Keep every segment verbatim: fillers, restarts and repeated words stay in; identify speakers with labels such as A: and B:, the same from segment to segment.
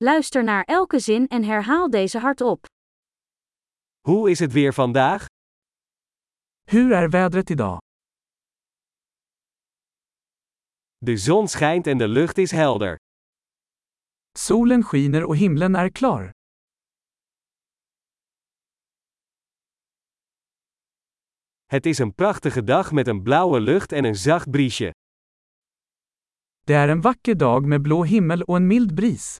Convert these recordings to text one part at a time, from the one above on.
A: Luister naar elke zin en herhaal deze hardop.
B: Hoe is het weer vandaag?
C: Hur är vädret idag?
B: De zon schijnt en de lucht is helder.
C: Solen skiner och himlen är klar.
B: Het is een prachtige dag met een blauwe lucht en een zacht briesje.
C: Det är en vacker dag med blå himmel och en mild bris.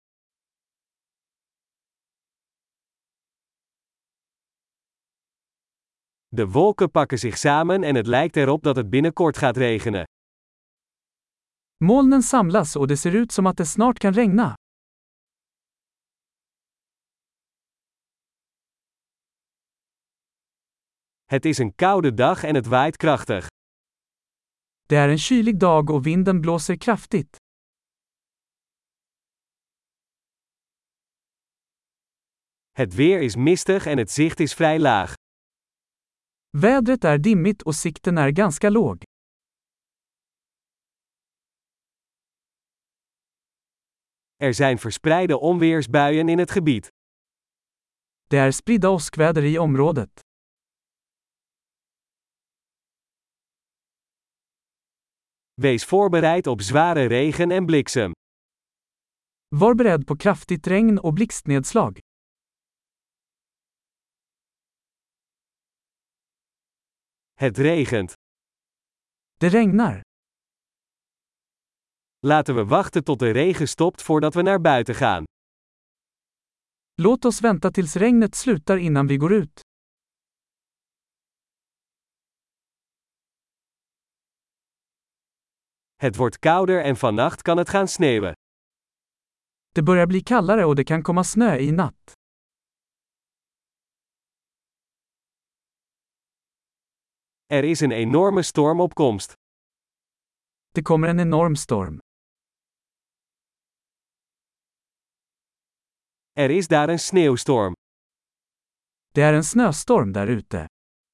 B: De wolken pakken zich samen en het lijkt erop dat het binnenkort gaat regenen.
C: Molnen samlas och det ser ut som att det snart kan regna.
B: Het is een koude dag en het waait krachtig.
C: Det är en kylig dag och vinden blåser kraftigt.
B: Het weer is mistig en het zicht is vrij laag.
C: Vädret är dimmigt och sikten är ganska låg.
B: Er zijn verspreide onweersbuien in het gebied.
C: Det är spridda åskväder i området.
B: Wees voorbereid op zware regen en bliksem.
C: Var beredd på kraftigt regn och blixtnedslag.
B: Het regent.
C: Det regnar.
B: Laten we wachten tot de regen stopt voordat we naar buiten gaan.
C: Låt oss vänta tills regnet slutar innan vi går ut.
B: Het wordt kouder en vannacht kan het gaan sneeuwen.
C: Det börjar bli kallare och det kan komma snö i natt.
B: Er is een enorme storm op komst.
C: Det kommer en enorm storm.
B: Er is daar een sneeuwstorm.
C: Det är en snöstorm där ute.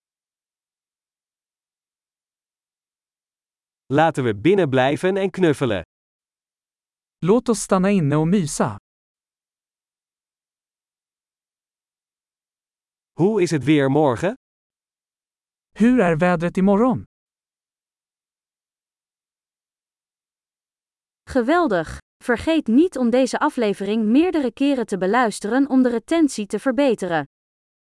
B: Laten we binnen blijven en knuffelen.
C: Låt oss stanna inne och mysa.
B: Hoe is het weer morgen?
C: Hur är vädret imorgon?
A: Geweldig! Vergeet niet om deze aflevering meerdere keren te beluisteren om de retentie te verbeteren.